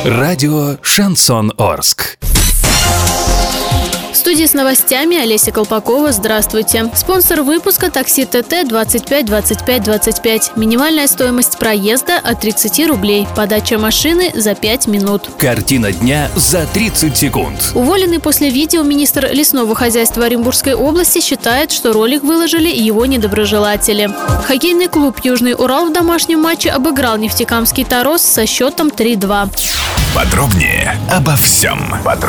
Радио «Шансон Орск». В студии с новостями Олеся Колпакова. Здравствуйте. Спонсор выпуска — такси ТТ 25 25 25. Минимальная стоимость проезда от 30 рублей. Подача машины за 5 минут. Картина дня за 30 секунд. Уволенный после видео министр лесного хозяйства Оренбургской области считает, что ролик выложили его недоброжелатели. Хоккейный клуб «Южный Урал» в домашнем матче обыграл Нефтекамский «Торос» со счетом 3-2. Подробнее обо всем.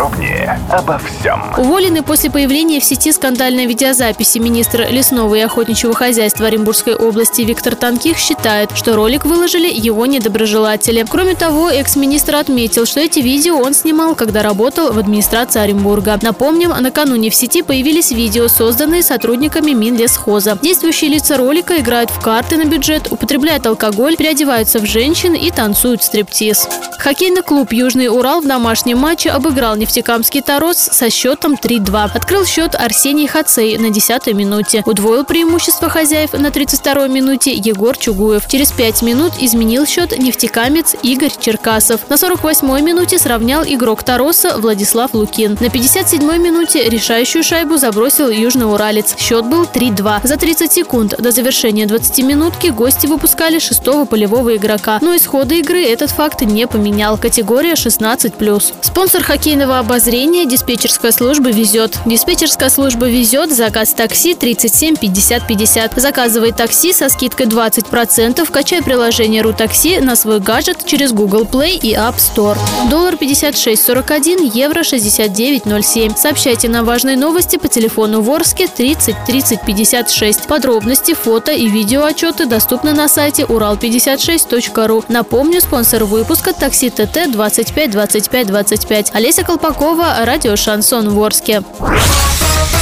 Уволенный после появления в сети скандальной видеозаписи министр лесного и охотничьего хозяйства Оренбургской области Виктор Танких считает, что ролик выложили его недоброжелатели. Кроме того, экс-министр отметил, что эти видео он снимал, когда работал в администрации Оренбурга. Напомним, накануне в сети появились видео, созданные сотрудниками Минлесхоза. Действующие лица ролика играют в карты на бюджет, употребляют алкоголь, переодеваются в женщин и танцуют стриптиз. Хоккейный клуб «Южный Урал» в домашнем матче обыграл Нефтекамский «Торос» со счетом 3-2. Открыл счет Арсений Хацей на 10-й минуте. Удвоил преимущество хозяев на 32-й минуте Егор Чугуев. Через 5 минут изменил счет нефтекамец Игорь Черкасов. На 48-й минуте сравнял игрок «Тороса» Владислав Лукин. На 57-й минуте решающую шайбу забросил южноуралец. Счет был 3-2. За 30 секунд до завершения 20-минутки гости выпускали 6-го полевого игрока. Но исхода игры этот факт не поменял. Категория 16+. Спонсор хоккейного обозрения — диспетчерская служба «Везет». Диспетчерская служба «Везет». Заказ такси 37 50 50. Заказывай такси со скидкой 20%. Качай приложение «Рутакси» на свой гаджет через Google Play и App Store. Доллар 56.41, евро 69.07. Сообщайте нам важные новости по телефону в Орске 30 30 56. Подробности, фото и видеоотчеты доступны на сайте урал56.ру. Напомню, спонсор выпуска — такси ТТ 25 25 25. Олеся Колпакова, радио «Шансон» в Орске.